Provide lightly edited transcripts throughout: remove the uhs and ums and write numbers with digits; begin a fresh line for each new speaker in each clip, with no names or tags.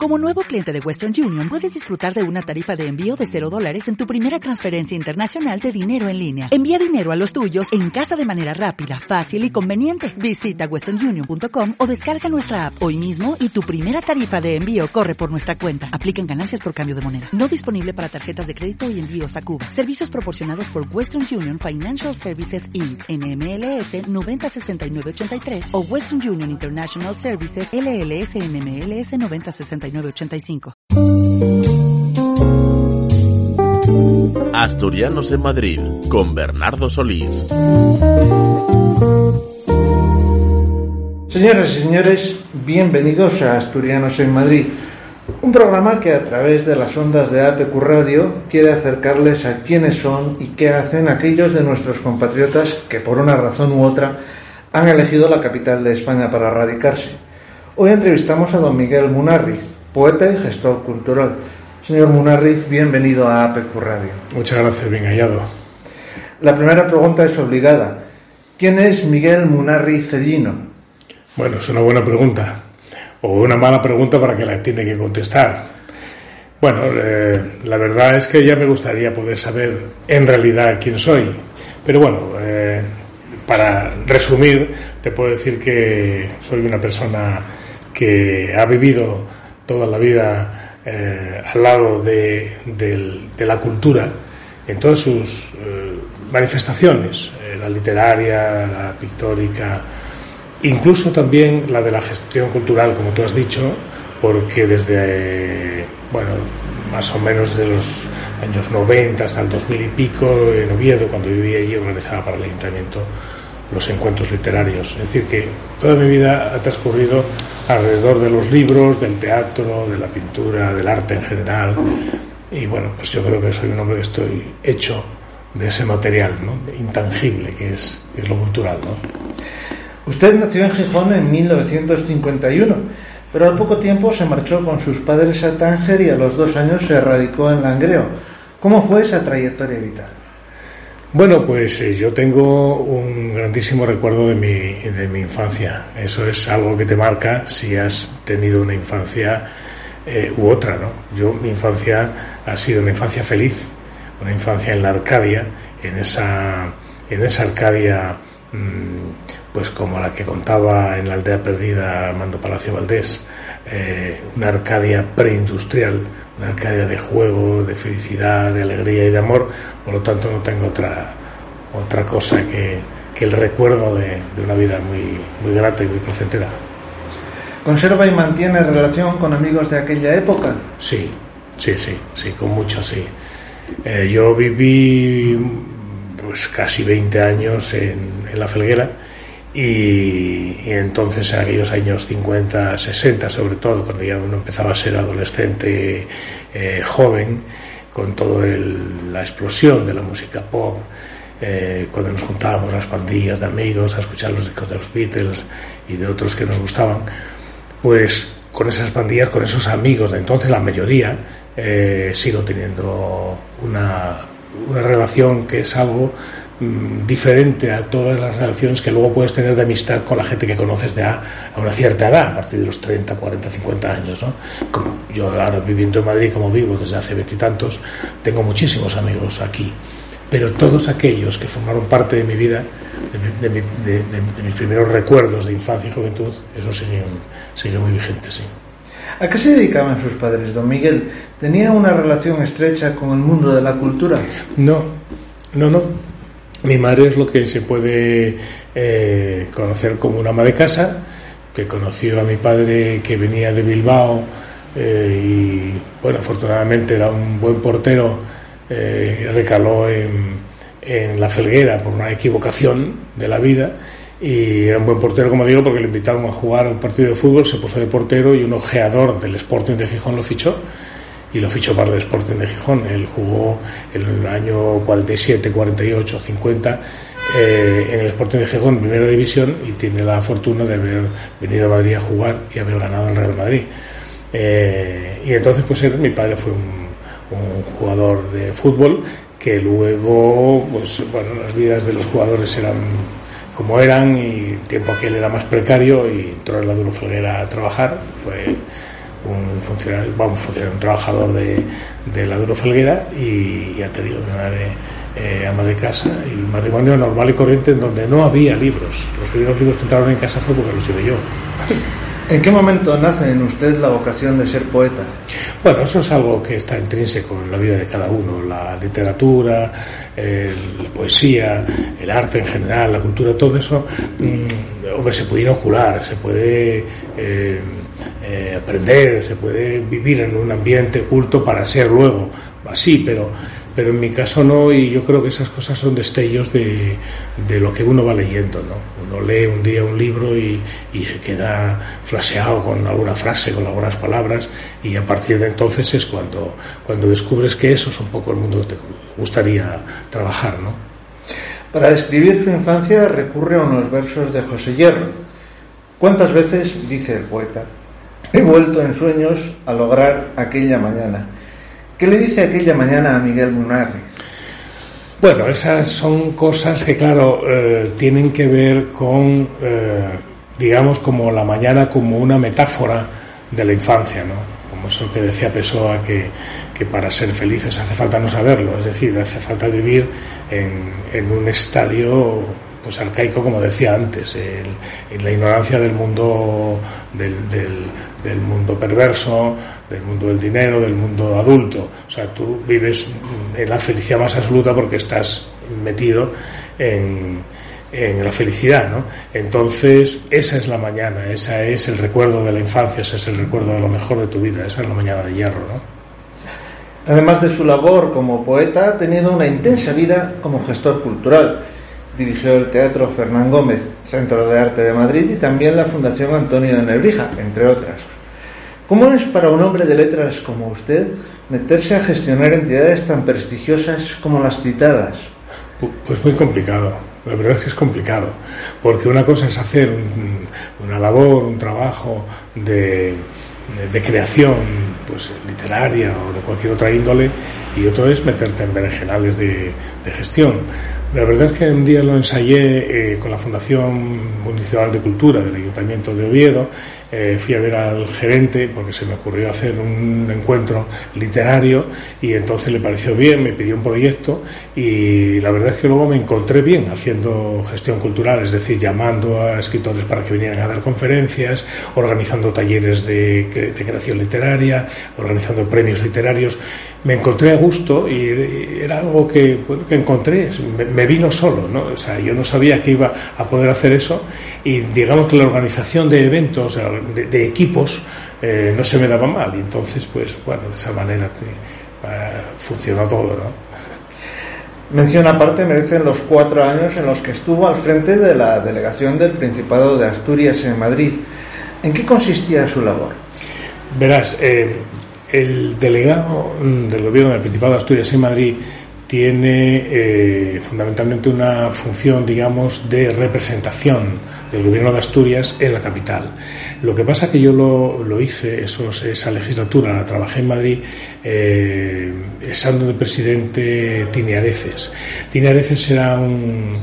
Como nuevo cliente de Western Union, puedes disfrutar de una tarifa de envío de $0 en tu primera transferencia internacional de dinero en línea. Envía dinero a los tuyos en casa de manera rápida, fácil y conveniente. Visita westernunion.com o descarga nuestra app hoy mismo y tu primera tarifa de envío corre por nuestra cuenta. Aplican ganancias por cambio de moneda. No disponible para tarjetas de crédito y envíos a Cuba. Servicios proporcionados por Western Union Financial Services Inc. NMLS 906983 o Western Union International Services LLS NMLS 906985.
Asturianos en Madrid, con Bernardo Solís.
Señoras y señores, bienvenidos a Asturianos en Madrid, un programa que a través de las ondas de APQ Radio quiere acercarles a quiénes son y qué hacen aquellos de nuestros compatriotas que por una razón u otra han elegido la capital de España para radicarse. Hoy entrevistamos a don Miguel Munarriz, poeta y gestor cultural. Señor Munarriz, bienvenido a APQ Radio.
Muchas gracias, bien hallado.
La primera pregunta es obligada. ¿Quién es Miguel Munarriz Cellino?
Bueno, es una buena pregunta, o una mala pregunta para que la tiene que contestar. Bueno, la verdad es que ya me gustaría poder saber en realidad quién soy. Pero bueno, para resumir, te puedo decir que soy una persona que ha vivido toda la vida al lado de la cultura en todas sus manifestaciones, la literaria, la pictórica, incluso también la de la gestión cultural, como tú has dicho, porque desde, más o menos desde los años 90 hasta el 2000 y pico, en Oviedo, cuando vivía allí, organizaba para el ayuntamiento los encuentros literarios. Es decir, que toda mi vida ha transcurrido alrededor de los libros, del teatro, de la pintura, del arte en general. Y bueno, pues yo creo que soy un hombre que estoy hecho de ese material, ¿no?, intangible que es lo cultural, ¿no?
Usted nació en Gijón en 1951, pero al poco tiempo se marchó con sus padres a Tánger y a los 2 años se radicó en Langreo. ¿Cómo fue esa trayectoria vital?
Bueno, pues yo tengo un grandísimo recuerdo de mi infancia. Eso es algo que te marca si has tenido una infancia u otra, ¿no? Mi infancia ha sido una infancia feliz, una infancia en la Arcadia, en esa Arcadia, pues como la que contaba en La aldea perdida Armando Palacio Valdés, una Arcadia preindustrial, una Arcadia de juego, de felicidad, de alegría y de amor. Por lo tanto, no tengo otra cosa que el recuerdo de una vida muy, muy grata y muy placentera.
¿Conserva y mantiene relación con amigos de aquella época?
Sí, con muchos, sí. Yo viví pues casi 20 años en La Felguera. Y entonces en aquellos años 50, 60 sobre todo, cuando ya uno empezaba a ser adolescente, joven, con toda la explosión de la música pop, cuando nos juntábamos las pandillas de amigos a escuchar los discos de los Beatles y de otros que nos gustaban, pues con esas pandillas, con esos amigos de entonces, la mayoría, sigo teniendo una relación que es algo diferente a todas las relaciones que luego puedes tener de amistad con la gente que conoces a una cierta edad, a partir de los 30, 40, 50 años, ¿no? Como yo ahora viviendo en Madrid, como vivo desde hace 20 y tantos, tengo muchísimos amigos aquí, pero todos aquellos que formaron parte de mi vida, de mis primeros recuerdos de infancia y juventud, eso sigue muy vigente, sí.
¿A qué se dedicaban sus padres, don Miguel? ¿Tenía una relación estrecha con el mundo de la cultura?
No. Mi madre es lo que se puede conocer como una ama de casa, que conoció a mi padre, que venía de Bilbao, y bueno, afortunadamente era un buen portero, recaló en La Felguera por una equivocación de la vida, y era un buen portero, como digo, porque le invitaron a jugar a un partido de fútbol, se puso de portero y un ojeador del Sporting de Gijón lo fichó para el Sporting de Gijón. Él jugó en el año 47, 48, 50 en el Sporting de Gijón, primera división, y tiene la fortuna de haber venido a Madrid a jugar y haber ganado el Real Madrid. Y entonces pues mi padre fue un jugador de fútbol que luego, pues bueno, las vidas de los jugadores eran como eran, y el tiempo aquel era más precario, y entró en la Duro Felguera a trabajar. Fue un trabajador de la Duro Felguera, y ya te digo, mi madre ama de casa, y un matrimonio normal y corriente en donde no había libros. Los primeros libros que entraron en casa fue porque los llevé yo.
¿En qué momento nace en usted la vocación de ser poeta?
Bueno, eso es algo que está intrínseco en la vida de cada uno. La literatura, la poesía, el arte en general, la cultura, todo eso, hombre, se puede inocular, se puede aprender, se puede vivir en un ambiente culto para ser luego así, pero en mi caso no, y yo creo que esas cosas son destellos de lo que uno va leyendo, ¿no? Uno lee un día un libro y se queda flasheado con alguna frase, con algunas palabras, y a partir de entonces es cuando descubres que eso es un poco el mundo que te gustaría trabajar, ¿no?
Para describir su infancia recurre a unos versos de José Hierro. ¿Cuántas veces, dice el poeta, he vuelto en sueños a lograr aquella mañana? ¿Qué le dice aquella mañana a Miguel Munárriz?
Bueno, esas son cosas que, claro, tienen que ver con, digamos, como la mañana como una metáfora de la infancia, ¿no? Como eso que decía Pessoa, que para ser felices hace falta no saberlo, es decir, hace falta vivir en un estadio pues arcaico, como decía antes, en la ignorancia del mundo del mundo perverso, del mundo del dinero, del mundo adulto. O sea, tú vives en la felicidad más absoluta porque estás metido en la felicidad, ¿no? Entonces, esa es la mañana, esa es el recuerdo de la infancia, ese es el recuerdo de lo mejor de tu vida, esa es la mañana de hierro, ¿no?
Además de su labor como poeta, ha tenido una intensa vida como gestor cultural. Dirigió el Teatro Fernán Gómez, Centro de Arte de Madrid, y también la Fundación Antonio de Nebrija, entre otras. ¿Cómo es para un hombre de letras como usted meterse a gestionar entidades tan prestigiosas como las citadas?
Pues muy complicado. La verdad es que es complicado, porque una cosa es hacer una labor, un trabajo de creación, pues literaria o de cualquier otra índole, y otro es meterte en berenjenales de gestión. La verdad es que un día lo ensayé con la Fundación Municipal de Cultura del Ayuntamiento de Oviedo. Fui a ver al gerente porque se me ocurrió hacer un encuentro literario, y entonces le pareció bien, me pidió un proyecto, y la verdad es que luego me encontré bien haciendo gestión cultural, es decir, llamando a escritores para que vinieran a dar conferencias, organizando talleres de creación literaria, organizando premios literarios. Me encontré a gusto y era algo que encontré, me vino solo, ¿no? O sea, yo no sabía que iba a poder hacer eso, y digamos que la organización de eventos, de equipos, no se me daba mal, y entonces, pues bueno, de esa manera funcionó todo, ¿no?
Mención aparte merecen los 4 años en los que estuvo al frente de la delegación del Principado de Asturias en Madrid. ¿En qué consistía su labor?
Verás, el delegado del Gobierno del Principado de Asturias en Madrid tiene fundamentalmente una función, digamos, de representación del Gobierno de Asturias en la capital. Lo que pasa que yo lo hice, esa legislatura la trabajé en Madrid, estando de presidente Tini Areces. Tini Areces era un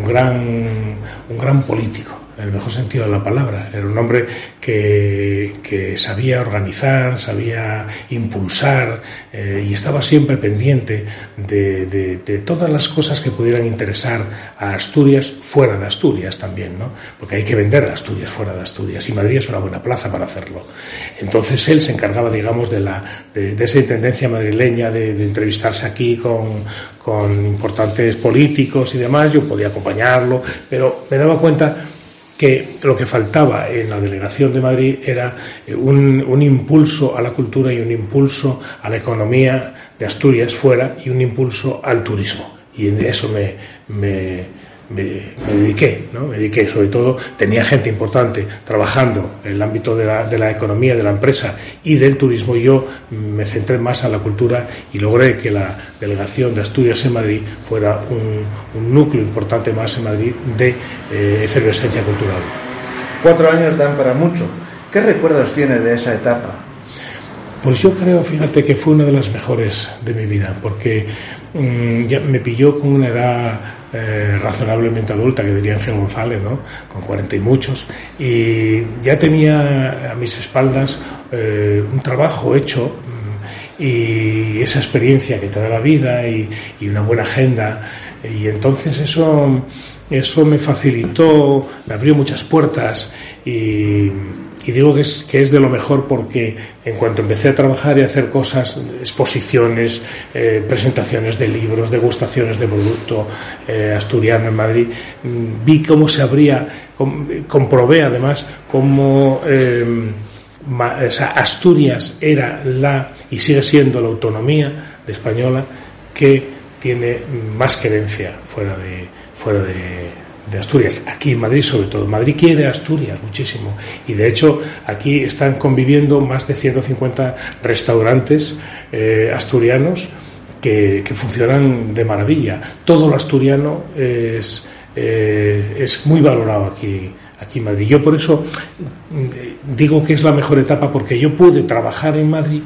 gran político, en el mejor sentido de la palabra. Era un hombre que sabía organizar, sabía impulsar, y estaba siempre pendiente de todas las cosas que pudieran interesar a Asturias, fuera de Asturias también, ¿no? Porque hay que vender a Asturias fuera de Asturias, y Madrid es una buena plaza para hacerlo. Entonces él se encargaba, digamos, de esa intendencia madrileña de entrevistarse aquí con importantes políticos y demás. Yo podía acompañarlo, pero me daba cuenta que lo que faltaba en la delegación de Madrid era un impulso a la cultura y un impulso a la economía de Asturias fuera, y un impulso al turismo. Y en eso me dediqué, ¿no? Me dediqué, sobre todo, tenía gente importante trabajando en el ámbito de la economía, de la empresa y del turismo, y yo me centré más en la cultura, y logré que la delegación de Asturias en Madrid fuera un núcleo importante más en Madrid de efervescencia cultural.
4 años dan para mucho. ¿Qué recuerdos tiene de esa etapa?
Pues yo creo, fíjate, que fue una de las mejores de mi vida, porque ya me pilló con una edad razonablemente adulta, que diría Ángel González, ¿no? Con 40 y muchos, y ya tenía a mis espaldas un trabajo hecho, y esa experiencia que te da la vida y una buena agenda, y entonces eso me facilitó, me abrió muchas puertas, y digo que es de lo mejor, porque en cuanto empecé a trabajar y a hacer cosas, exposiciones, presentaciones de libros, degustaciones de producto asturiano en Madrid, vi cómo se abría, comprobé además cómo Asturias era y sigue siendo la autonomía española que tiene más querencia fuera de Asturias, aquí en Madrid sobre todo. Madrid quiere a Asturias muchísimo, y de hecho aquí están conviviendo más de 150 restaurantes asturianos que funcionan de maravilla. Todo lo asturiano es muy valorado aquí en Madrid. Yo por eso digo que es la mejor etapa, porque yo pude trabajar en Madrid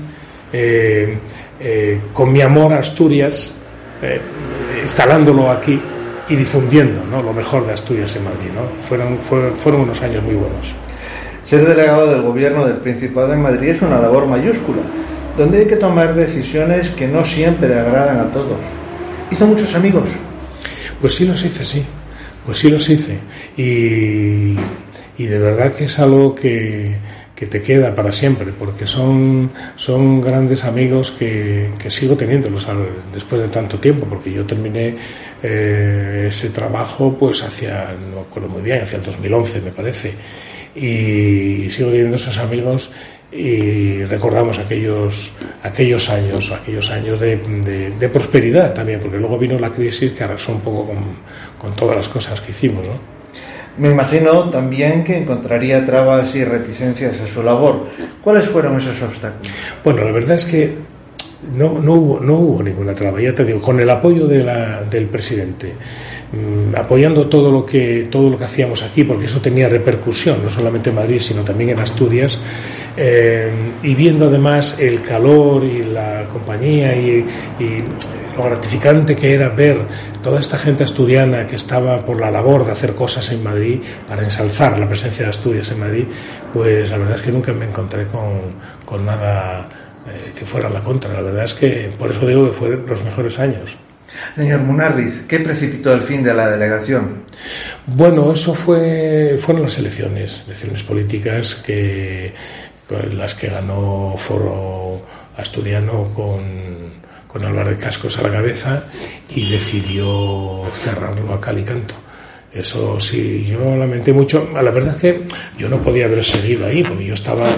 con mi amor a Asturias, instalándolo aquí y difundiendo, ¿no?, lo mejor de Asturias en Madrid, ¿no? Fueron unos años muy buenos.
Ser delegado del Gobierno del Principado de Madrid es una labor mayúscula, donde hay que tomar decisiones que no siempre agradan a todos. ¿Hizo muchos amigos?
Pues sí los hice, sí. Pues sí los hice. Y de verdad que es algo que te queda para siempre, porque son grandes amigos que sigo teniéndolos después de tanto tiempo, porque yo terminé ese trabajo pues no me acuerdo muy bien, hacia el 2011 me parece, y sigo teniendo esos amigos, y recordamos aquellos años de prosperidad también, porque luego vino la crisis que arrasó un poco con todas las cosas que hicimos, ¿no?
Me imagino también que encontraría trabas y reticencias a su labor. ¿Cuáles fueron esos obstáculos?
Bueno, la verdad es que no hubo ninguna traba, ya te digo, con el apoyo del presidente, apoyando todo lo que hacíamos aquí, porque eso tenía repercusión, no solamente en Madrid, sino también en Asturias, y viendo además el calor y la compañía y lo gratificante que era ver toda esta gente asturiana que estaba por la labor de hacer cosas en Madrid para ensalzar la presencia de Asturias en Madrid, pues la verdad es que nunca me encontré con nada que fuera la contra. La verdad es que por eso digo que fueron los mejores años.
Señor Munarriz, ¿qué precipitó el fin de la delegación?
Bueno, eso fueron las elecciones políticas con las que ganó Foro Asturiano con Álvarez Cascos a la cabeza, y decidió cerrarlo a cal y canto. Eso sí, yo lamenté mucho. La verdad es que yo no podía haber seguido ahí, porque yo estaba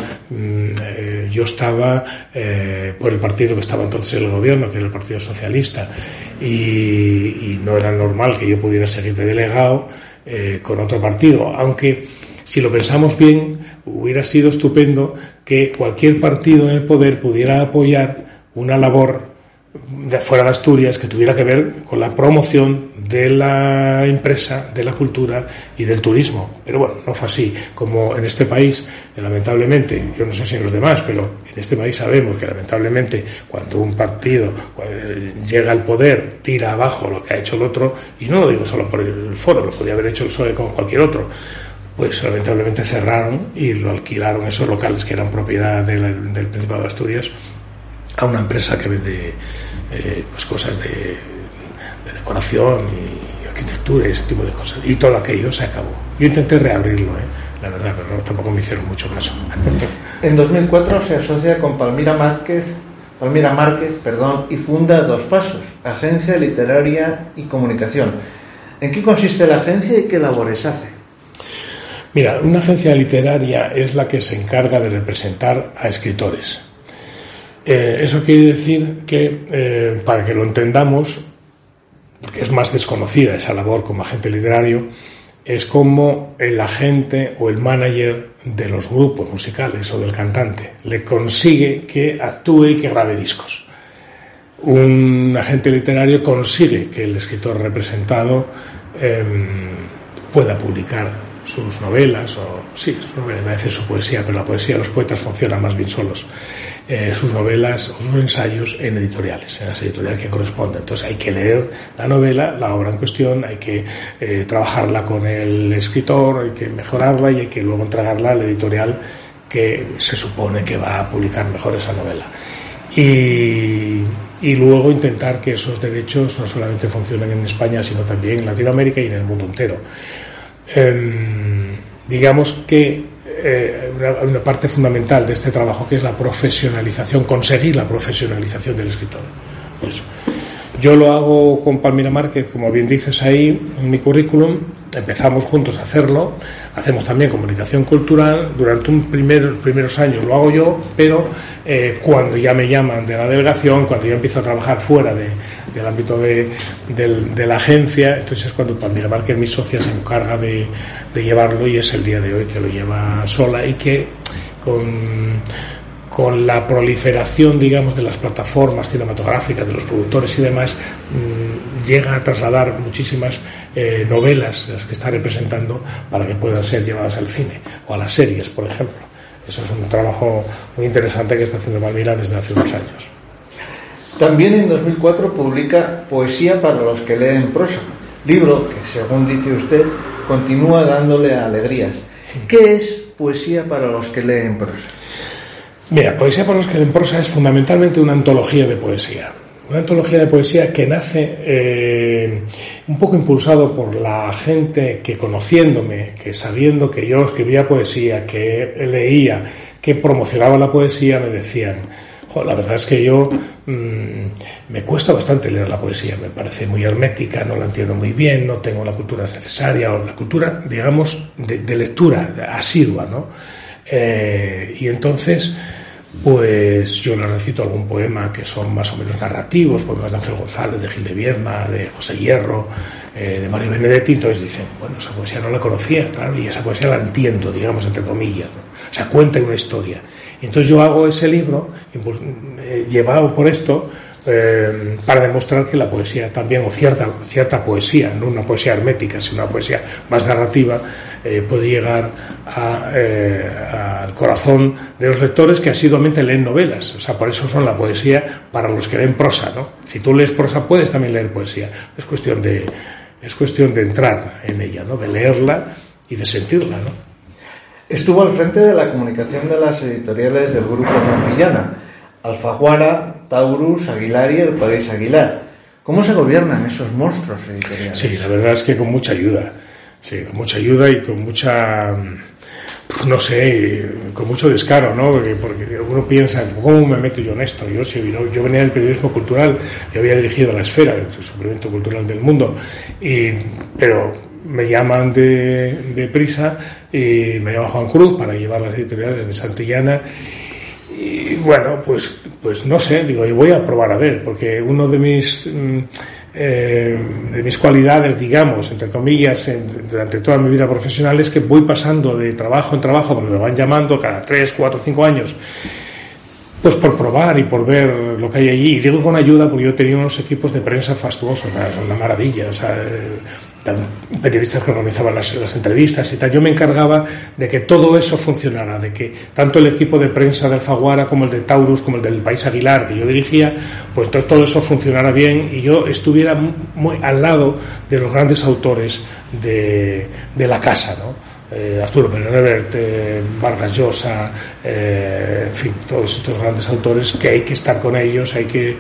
por el partido que estaba entonces en el gobierno, que era el Partido Socialista, y no era normal que yo pudiera seguir de delegado con otro partido, aunque si lo pensamos bien, hubiera sido estupendo que cualquier partido en el poder pudiera apoyar una labor de fuera de Asturias que tuviera que ver con la promoción de la empresa, de la cultura y del turismo. Pero bueno, no fue así. Como en este país, lamentablemente, yo no sé si en los demás, pero en este país sabemos que lamentablemente cuando un partido llega al poder, tira abajo lo que ha hecho el otro, y no lo digo solo por el Foro, lo podía haber hecho el PSOE con cualquier otro, pues lamentablemente cerraron y lo alquilaron esos locales que eran propiedad del Principado de Asturias a una empresa que vende pues cosas de decoración y arquitectura y ese tipo de cosas, y todo aquello se acabó. Yo intenté reabrirlo, la verdad, pero tampoco me hicieron mucho caso.
En 2004 se asocia con Palmira Márquez, y funda Dos Pasos, agencia literaria y comunicación. ¿En qué consiste la agencia y qué labores hace?
Mira, una agencia literaria es la que se encarga de representar a escritores. Eso quiere decir que, para que lo entendamos, porque es más desconocida esa labor como agente literario, es como el agente o el manager de los grupos musicales o del cantante. Le consigue que actúe y que grabe discos. Un agente literario consigue que el escritor representado pueda publicar sus novelas, a veces su poesía, pero la poesía, los poetas funcionan más bien solos, sus novelas o sus ensayos en editoriales, en las editoriales que corresponden. Entonces hay que leer la novela, la obra en cuestión, hay que trabajarla con el escritor, hay que mejorarla y hay que luego entregarla al editorial que se supone que va a publicar mejor esa novela. Y luego intentar que esos derechos no solamente funcionen en España, sino también en Latinoamérica y en el mundo entero. Digamos que una parte fundamental de este trabajo, que es la profesionalización, conseguir la profesionalización del escritor. Pues yo lo hago con Palmira Márquez, como bien dices ahí en mi currículum. Empezamos juntos a hacerlo, hacemos también comunicación cultural. Durante primeros años lo hago yo, pero cuando ya me llaman de la delegación, cuando yo empiezo a trabajar fuera del ámbito de la agencia, entonces es cuando Palmira Márquez, mi socia, se encarga de llevarlo, y es el día de hoy que lo lleva sola, y que con la proliferación, digamos, de las plataformas cinematográficas, de los productores y demás, llega a trasladar muchísimas novelas, las que está representando, para que puedan ser llevadas al cine o a las series, por ejemplo. Eso es un trabajo muy interesante que está haciendo Palmira desde hace unos años.
También en 2004 publica Poesía para los que leen prosa, libro que, según dice usted, continúa dándole alegrías. ¿Qué es Poesía para los que leen prosa?
Mira, Poesía para los que leen prosa es fundamentalmente una antología de poesía. Una antología de poesía que nace un poco impulsado por la gente que, conociéndome, que sabiendo que yo escribía poesía, que leía, que promocionaba la poesía, me decían: la verdad es que yo me cuesta bastante leer la poesía, me parece muy hermética, no la entiendo muy bien, no tengo la cultura necesaria, o la cultura, digamos, de lectura asidua, ¿no? Y entonces, pues yo les recito algún poema que son más o menos narrativos, poemas de Ángel González, de Gil de Viedma, de José Hierro, de Mario Benedetti. Entonces dicen: bueno, esa poesía no la conocía, claro, y esa poesía la entiendo, digamos, entre comillas, ¿no? O sea, cuenta una historia. Y entonces yo hago ese libro, llevado por esto, para demostrar que la poesía también, o cierta poesía, no una poesía hermética, sino una poesía más narrativa, puede llegar al corazón de los lectores que asiduamente leen novelas. O sea, por eso son la poesía para los que leen prosa, ¿no? Si tú lees prosa, puedes también leer poesía. Es cuestión de entrar en ella, ¿no? De leerla y de sentirla, ¿no?
Estuvo al frente de la comunicación de las editoriales del Grupo Santillana, Alfaguara, Taurus, Aguilar y El País Aguilar. ¿Cómo se gobiernan esos monstruos editoriales?
Sí, la verdad es que con mucha ayuda. Sí, con mucha ayuda y con mucha, no sé, con mucho descaro, ¿no? Porque uno piensa: ¿cómo me meto yo en esto? Yo venía del periodismo cultural, yo había dirigido La Esfera, el suplemento cultural del Mundo, pero me llaman de Prisa y me llama Juan Cruz para llevar las editoriales de Santillana. Y bueno, pues no sé, digo, yo voy a probar a ver, porque uno de mis cualidades, digamos, entre comillas, durante toda mi vida profesional, es que voy pasando de trabajo en trabajo, porque me van llamando cada 3, 4, 5 años, pues por probar y por ver lo que hay allí. Y digo con ayuda porque yo tenía unos equipos de prensa fastuosos, son una maravilla, o sea, periodistas que organizaban las entrevistas y tal. Yo me encargaba de que todo eso funcionara, de que tanto el equipo de prensa de Alfaguara como el de Taurus, como el del País Aguilar, que yo dirigía, pues todo eso funcionara bien y yo estuviera muy al lado de los grandes autores de la casa, ¿no? Arturo Pérez Reverte, Vargas Llosa, en fin, todos estos grandes autores, que hay que estar con ellos, hay que,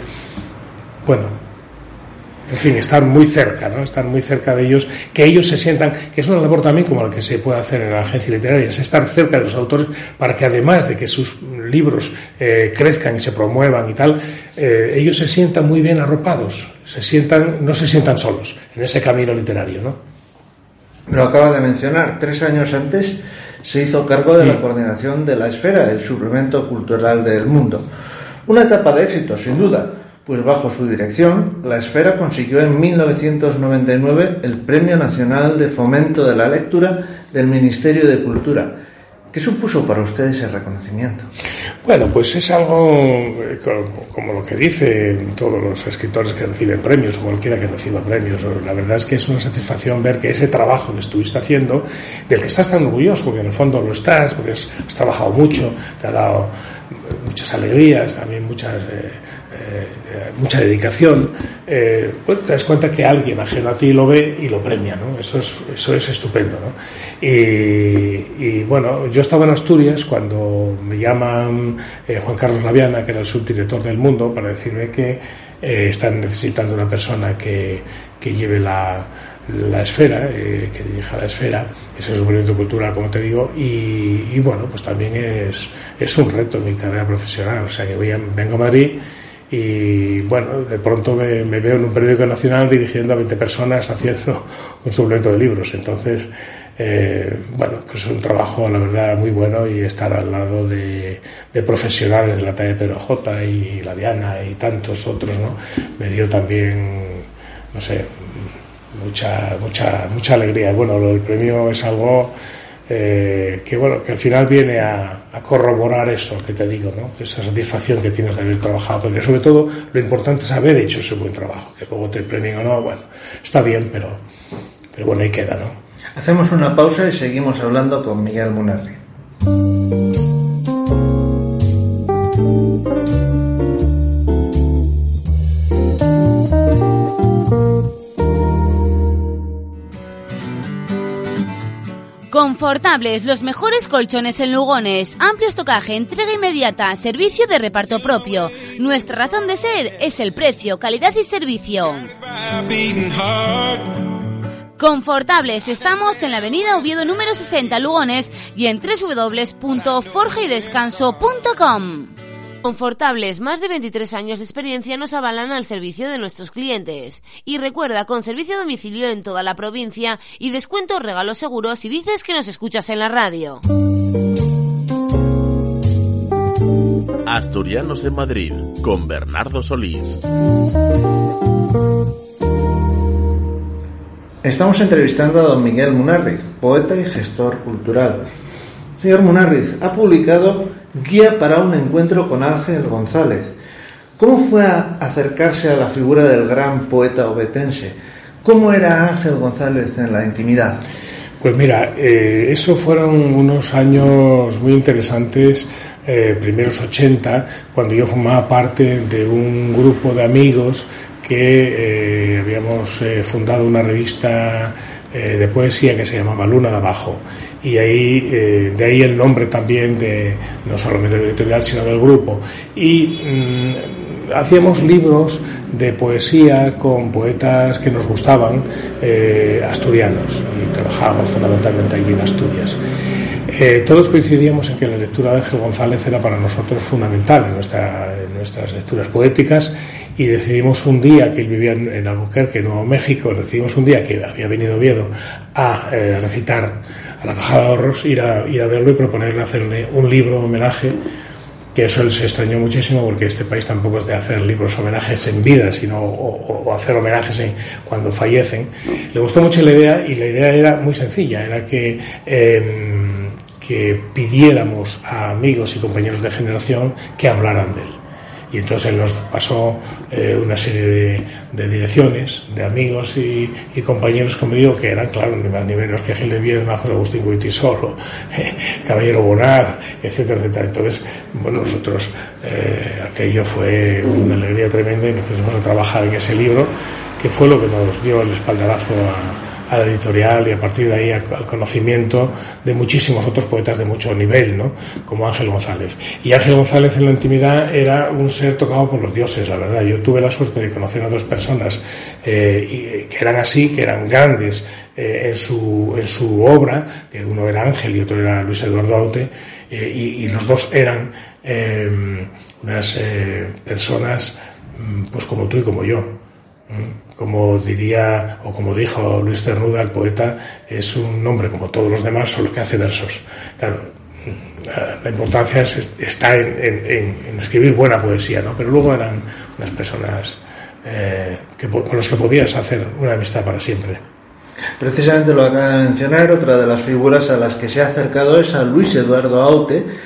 en fin, estar muy cerca, ¿no? Estar muy cerca de ellos, que ellos se sientan, que es una labor también como la que se puede hacer en la agencia literaria, es estar cerca de los autores para que, además de que sus libros crezcan y se promuevan y tal, ellos se sientan muy bien arropados, no se sientan solos en ese camino literario, ¿no?
Lo acaba de mencionar, 3 años antes se hizo cargo de la coordinación de La Esfera, el suplemento cultural del Mundo. Una etapa de éxito, sin duda, pues bajo su dirección, La Esfera consiguió en 1999 el Premio Nacional de Fomento de la Lectura del Ministerio de Cultura. ¿Qué supuso para usted ese reconocimiento?
Bueno, pues es algo como lo que dicen todos los escritores que reciben premios o cualquiera que reciba premios. La verdad es que es una satisfacción ver que ese trabajo que estuviste haciendo, del que estás tan orgulloso, porque en el fondo lo estás, porque has trabajado mucho, te ha dado muchas alegrías, también mucha dedicación, pues te das cuenta que alguien ajeno a ti lo ve y lo premia, ¿no? Eso es estupendo, ¿no? Y bueno, yo estaba en Asturias cuando me llaman Juan Carlos Laviana, que era el subdirector del Mundo, para decirme que están necesitando una persona que lleve la esfera, que dirija la esfera, ese es un movimiento cultural, como te digo, y bueno, pues también es un reto en mi carrera profesional. O sea, que vengo a Madrid y bueno, de pronto me veo en un periódico nacional dirigiendo a 20 personas haciendo un suplemento de libros. Entonces, bueno, pues es un trabajo, la verdad, muy bueno, y estar al lado de profesionales de la talla de Pedro J. y Laviana y tantos otros, ¿no? Me dio también, no sé, mucha alegría. Bueno, lo del premio es algo que bueno, que al final viene a corroborar eso que te digo, ¿no? Esa satisfacción que tienes de haber trabajado, porque sobre todo lo importante es haber hecho ese buen trabajo. Que luego te premien o no, bueno, está bien, pero bueno, ahí queda, ¿no?
Hacemos una pausa y seguimos hablando con Miguel Munarriz.
Confortables, los mejores colchones en Lugones, amplio estocaje, entrega inmediata, servicio de reparto propio. Nuestra razón de ser es el precio, calidad y servicio. Confortables, estamos en la avenida Oviedo número 60 Lugones y en www.forjaydescanso.com. Confortables, más de 23 años de experiencia nos avalan al servicio de nuestros clientes. Y recuerda, con servicio a domicilio en toda la provincia y descuento regalos seguros si dices que nos escuchas en la radio.
Asturianos en Madrid, con Bernardo Solís.
Estamos entrevistando a don Miguel Munarriz, poeta y gestor cultural. Señor Munarriz, ha publicado Guía para un encuentro con Ángel González. ¿Cómo fue a acercarse a la figura del gran poeta ovetense? ¿Cómo era Ángel González en la intimidad?
Pues mira, eso fueron unos años muy interesantes, primeros 80, cuando yo formaba parte de un grupo de amigos que habíamos fundado una revista de poesía que se llamaba Luna de Abajo, y ahí de ahí el nombre también de no solamente del editorial sino del grupo, y hacíamos libros de poesía con poetas que nos gustaban, asturianos, y trabajábamos fundamentalmente allí en Asturias. Todos coincidíamos en que la lectura de Ángel González era para nosotros fundamental en nuestras lecturas poéticas, y decidimos un día, que él vivía en Albuquerque, Nuevo México, decidimos un día que había venido Oviedo a recitar a la Caja de Ahorros, ir a verlo y proponerle hacerle un libro homenaje, que eso él se extrañó muchísimo, porque este país tampoco es de hacer libros homenajes en vida, sino o hacer homenajes cuando fallecen. Le gustó mucho la idea, y la idea era muy sencilla, era que pidiéramos a amigos y compañeros de generación que hablaran de él. Y entonces él nos pasó una serie de direcciones de amigos y compañeros, como digo, que eran, claro, ni más ni menos que Gil de Viedma, José Agustín Guitisolo, Caballero Bonar, etcétera, etcétera. Entonces, bueno, nosotros, aquello fue una alegría tremenda, y nos pusimos a trabajar en ese libro, que fue lo que nos dio el espaldarazo a la editorial, y a partir de ahí al conocimiento de muchísimos otros poetas de mucho nivel, ¿no? Como Ángel González. Y Ángel González en la intimidad era un ser tocado por los dioses, la verdad. Yo tuve la suerte de conocer a dos personas que eran así, que eran grandes en su obra, que uno era Ángel y otro era Luis Eduardo Aute, y los dos eran unas personas pues como tú y como yo. Como diría, o como dijo Luis Cernuda, el poeta es un hombre como todos los demás, solo que hace versos. Claro, la importancia está en escribir buena poesía, ¿no? Pero luego eran unas personas con los que podías hacer una amistad para siempre.
Precisamente lo acaba de mencionar, otra de las figuras a las que se ha acercado es a Luis Eduardo Aute,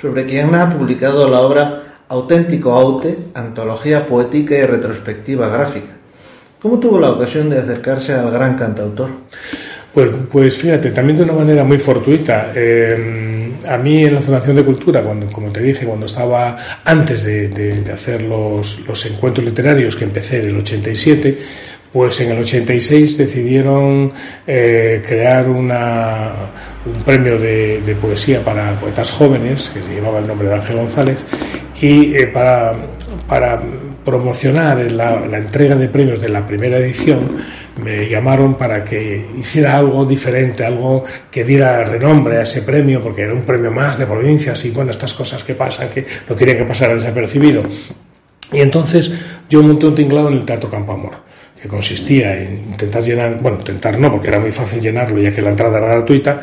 sobre quien ha publicado la obra Auténtico Aute, antología poética y retrospectiva gráfica. ¿Cómo tuvo la ocasión de acercarse al gran cantautor?
Pues fíjate, también de una manera muy fortuita. A mí en la Fundación de Cultura, como te dije, cuando estaba antes de hacer los encuentros literarios, que empecé en el 87, pues en el 86 decidieron crear un premio de poesía para poetas jóvenes, que se llevaba el nombre de Ángel González, y para promocionar la entrega de premios de la primera edición, me llamaron para que hiciera algo diferente, algo que diera renombre a ese premio, porque era un premio más de provincias y bueno, estas cosas que pasan, que no quería que pasara desapercibido. Y entonces yo monté un tinglado en el Teatro Campoamor, que consistía en intentar llenar, bueno, intentar no, porque era muy fácil llenarlo ya que la entrada era gratuita,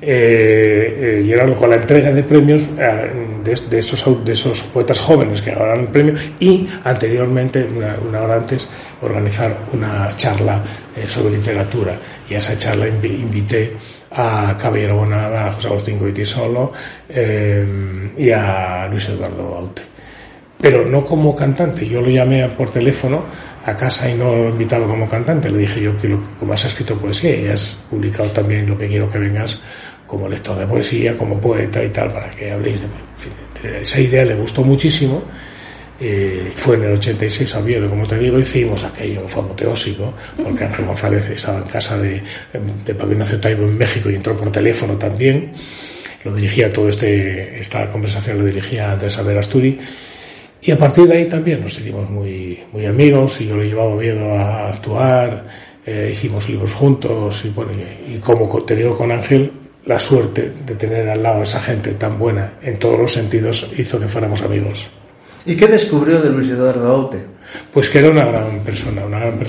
llenarlo con la entrega de premios de esos poetas jóvenes que ganaron el premio, y anteriormente, una hora antes, organizar una charla sobre literatura, y a esa charla invité a Caballero Bonal, a José Agustín Goytisolo y a Luis Eduardo Aute, pero no como cantante. Yo lo llamé por teléfono a casa y no lo invitaba como cantante. Le dije yo que como has escrito poesía y has publicado también Lo que quiero que vengas como lector de poesía, como poeta y tal, para que habléis de... En fin, esa idea le gustó muchísimo. Fue en el 86 a Oviedo, como te digo, hicimos aquello, fue apoteósico, porque Ángel González estaba en casa de Pablo Ignacio Taibo en México y entró por teléfono también. Lo dirigía esta conversación lo dirigía Andrés Albert Asturi. Y a partir de ahí también nos hicimos muy, muy amigos, y yo lo llevaba a Oviedo a actuar, hicimos libros juntos, y bueno, y como te digo, con Ángel, la suerte de tener al lado a esa gente tan buena en todos los sentidos hizo que fuéramos amigos.
¿Y qué descubrió de Luis Eduardo Aute?
Pues que era una gran persona,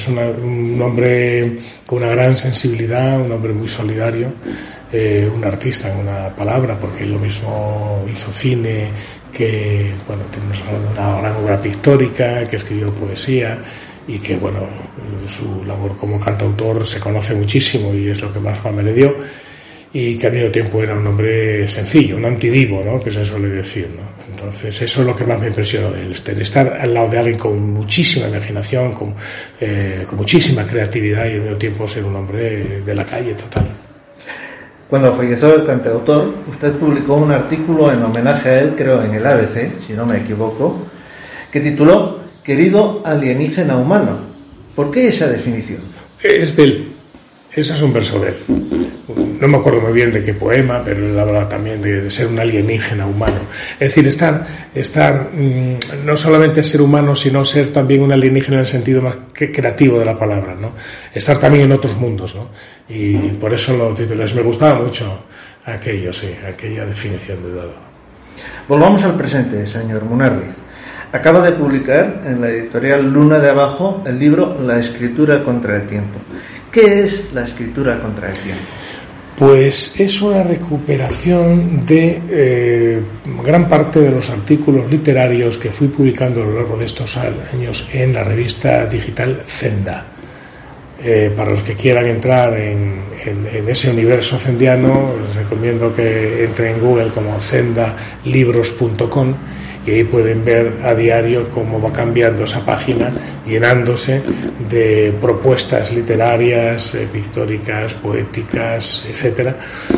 un hombre con una gran sensibilidad, un hombre muy solidario, un artista en una palabra, porque él lo mismo hizo cine, que bueno, tenemos una gran obra pictórica, que escribió poesía, y que bueno, su labor como cantautor se conoce muchísimo y es lo que más fama le dio, y que al mismo tiempo era un hombre sencillo, un antidivo, ¿no?, que se suele decir, ¿no? Entonces eso es lo que más me impresionó de él, estar al lado de alguien con muchísima imaginación, con muchísima creatividad, y al mismo tiempo ser un hombre de la calle total.
Cuando falleció el cantautor, usted publicó un artículo en homenaje a él, creo en el ABC, si no me equivoco, que tituló Querido alienígena humano. ¿Por qué esa definición? Es de él.
Ese es un verso de él. No me acuerdo muy bien de qué poema, pero él habla también de ser un alienígena humano. Es decir, estar no solamente ser humano, sino ser también un alienígena en el sentido más creativo de la palabra, ¿no? Estar también en otros mundos, ¿no? Y por eso los títulos me gustaba mucho aquella definición de dado.
Volvamos al presente, señor Munarriz. Acaba de publicar en la editorial Luna de Abajo el libro La escritura contra el tiempo. ¿Qué es la escritura contra el tiempo?
Pues es una recuperación de gran parte de los artículos literarios que fui publicando a lo largo de estos años en la revista digital Zenda. Para los que quieran entrar en ese universo zendiano, les recomiendo que entren en Google como zendalibros.com, y ahí pueden ver a diario cómo va cambiando esa página, llenándose de propuestas literarias, pictóricas, poéticas, etcétera,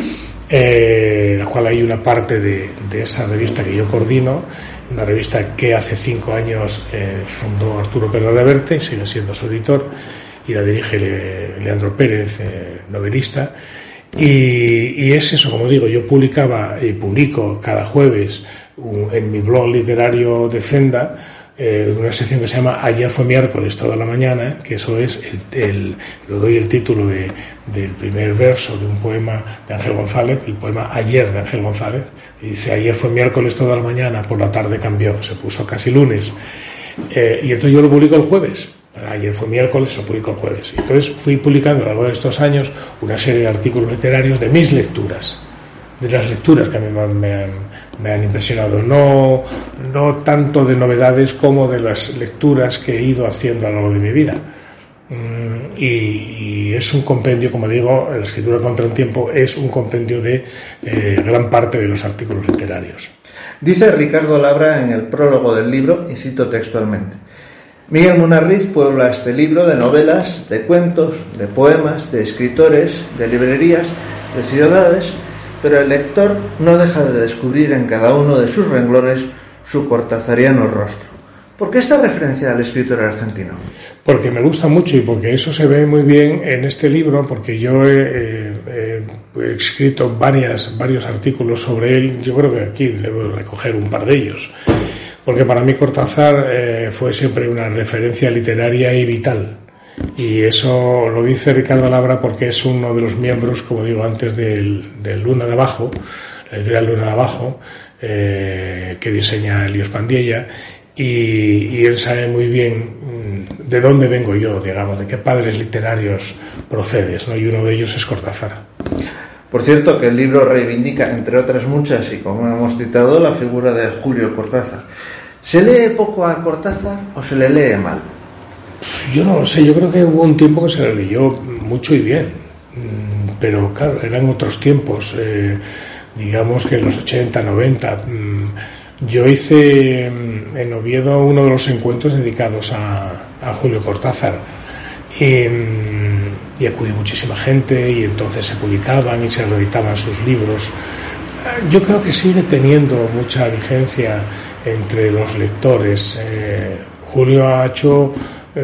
la cual hay una parte de esa revista que yo coordino, una revista que hace 5 años fundó Arturo Pérez Reverte, sigue siendo su editor, y la dirige Leandro Pérez, novelista. Y es eso, como digo, yo publicaba y publico cada jueves en mi blog literario de Zenda una sección que se llama Ayer fue miércoles toda la mañana, que eso es lo doy el título del primer verso de un poema de Ángel González, el poema Ayer de Ángel González, y dice: ayer fue miércoles toda la mañana, por la tarde cambió, se puso casi lunes, y entonces yo lo publico el jueves. Ayer fue miércoles, lo publico el jueves. Y entonces fui publicando a lo largo de estos años una serie de artículos literarios de mis lecturas, de las lecturas que a mí me han impresionado, no tanto de novedades como de las lecturas que he ido haciendo a lo largo de mi vida. Y es un compendio, como digo, la escritura contra el tiempo es un compendio de gran parte de los artículos literarios.
Dice Ricardo Labra en el prólogo del libro, y cito textualmente: Miguel Munarriz puebla este libro de novelas, de cuentos, de poemas, de escritores, de librerías, de ciudades, pero el lector no deja de descubrir en cada uno de sus renglones su cortazariano rostro. ¿Por qué esta referencia al escritor argentino?
Porque me gusta mucho y porque eso se ve muy bien en este libro, porque yo he escrito varios artículos sobre él. Yo creo que aquí debo recoger un par de ellos, porque para mí Cortázar fue siempre una referencia literaria y vital, y eso lo dice Ricardo Labra porque es uno de los miembros, como digo antes, del Luna de Abajo, la editorial Luna de Abajo, que diseña Elías Pandiella. Y él sabe muy bien de dónde vengo yo, digamos, de qué padres literarios procedes, ¿no? Y uno de ellos es Cortázar.
Por cierto, que el libro reivindica, entre otras muchas, y como hemos citado, la figura de Julio Cortázar. ¿Se lee poco a Cortázar o se le lee mal?
Yo no lo sé, yo creo que hubo un tiempo que se le leyó mucho y bien, pero claro, eran otros tiempos, digamos que en los 80, 90... Yo hice en Oviedo uno de los encuentros dedicados a Julio Cortázar y acudió muchísima gente, y entonces se publicaban y se reeditaban sus libros. Yo creo que sigue teniendo mucha vigencia entre los lectores. Julio ha hecho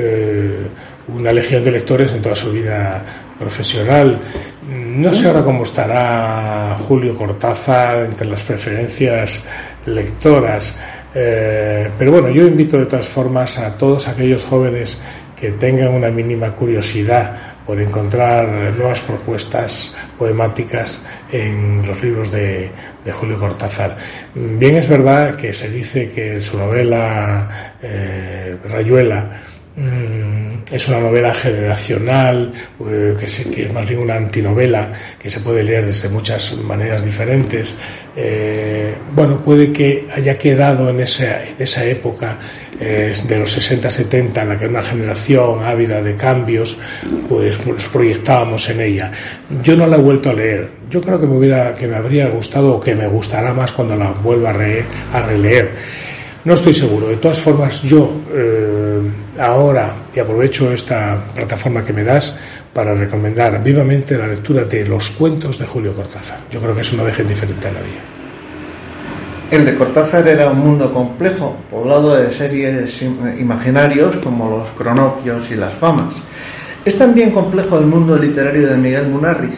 una legión de lectores en toda su vida profesional. No sé ahora cómo estará Julio Cortázar entre las preferencias lectoras, pero bueno, yo invito de todas formas a todos aquellos jóvenes que tengan una mínima curiosidad por encontrar nuevas propuestas poemáticas en los libros de Julio Cortázar. Bien, es verdad que se dice que su novela Rayuela es una novela generacional, que es más bien una antinovela que se puede leer desde muchas maneras diferentes. Bueno, puede que haya quedado en esa época de los 60-70, en la que una generación ávida de cambios, pues nos proyectábamos en ella. Yo no la he vuelto a leer. Yo creo que me habría gustado, o que me gustará más cuando la vuelva a releer. No estoy seguro. De todas formas, yo ahora, y aprovecho esta plataforma que me das para recomendar vivamente la lectura de los cuentos de Julio Cortázar. Yo creo que eso no deja indiferente a nadie.
El de Cortázar era un mundo complejo, poblado de seres imaginarios como los cronopios y las famas. ¿Es también complejo el mundo literario de Miguel Munarriz?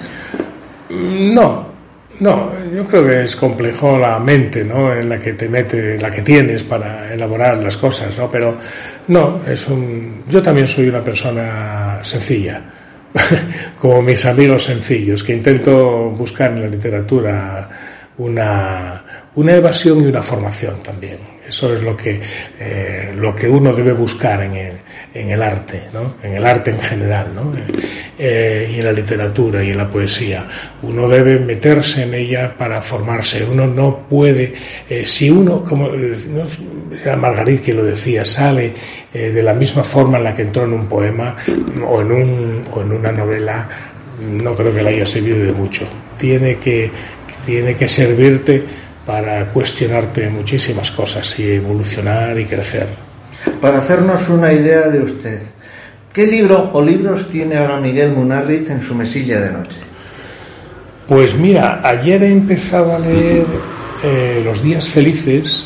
No, yo creo que es complejo la mente, ¿no?, en la que te mete, la que tienes para elaborar las cosas, ¿no? Pero no, yo también soy una persona sencilla, como mis amigos sencillos, que intento buscar en la literatura una evasión y una formación también. Eso es lo que uno debe buscar en el arte, ¿no? En el arte en general, ¿no? Y en la literatura y en la poesía. Uno debe meterse en ella para formarse. Uno no puede, si uno, como era Margarit que lo decía, sale de la misma forma en la que entró en un poema o en una novela, no creo que le haya servido de mucho. Tiene que servirte para cuestionarte muchísimas cosas y evolucionar y crecer.
Para hacernos una idea de usted, ¿qué libro o libros tiene ahora Miguel Munarriz en su mesilla de noche?
Pues mira, ayer he empezado a leer Los días felices,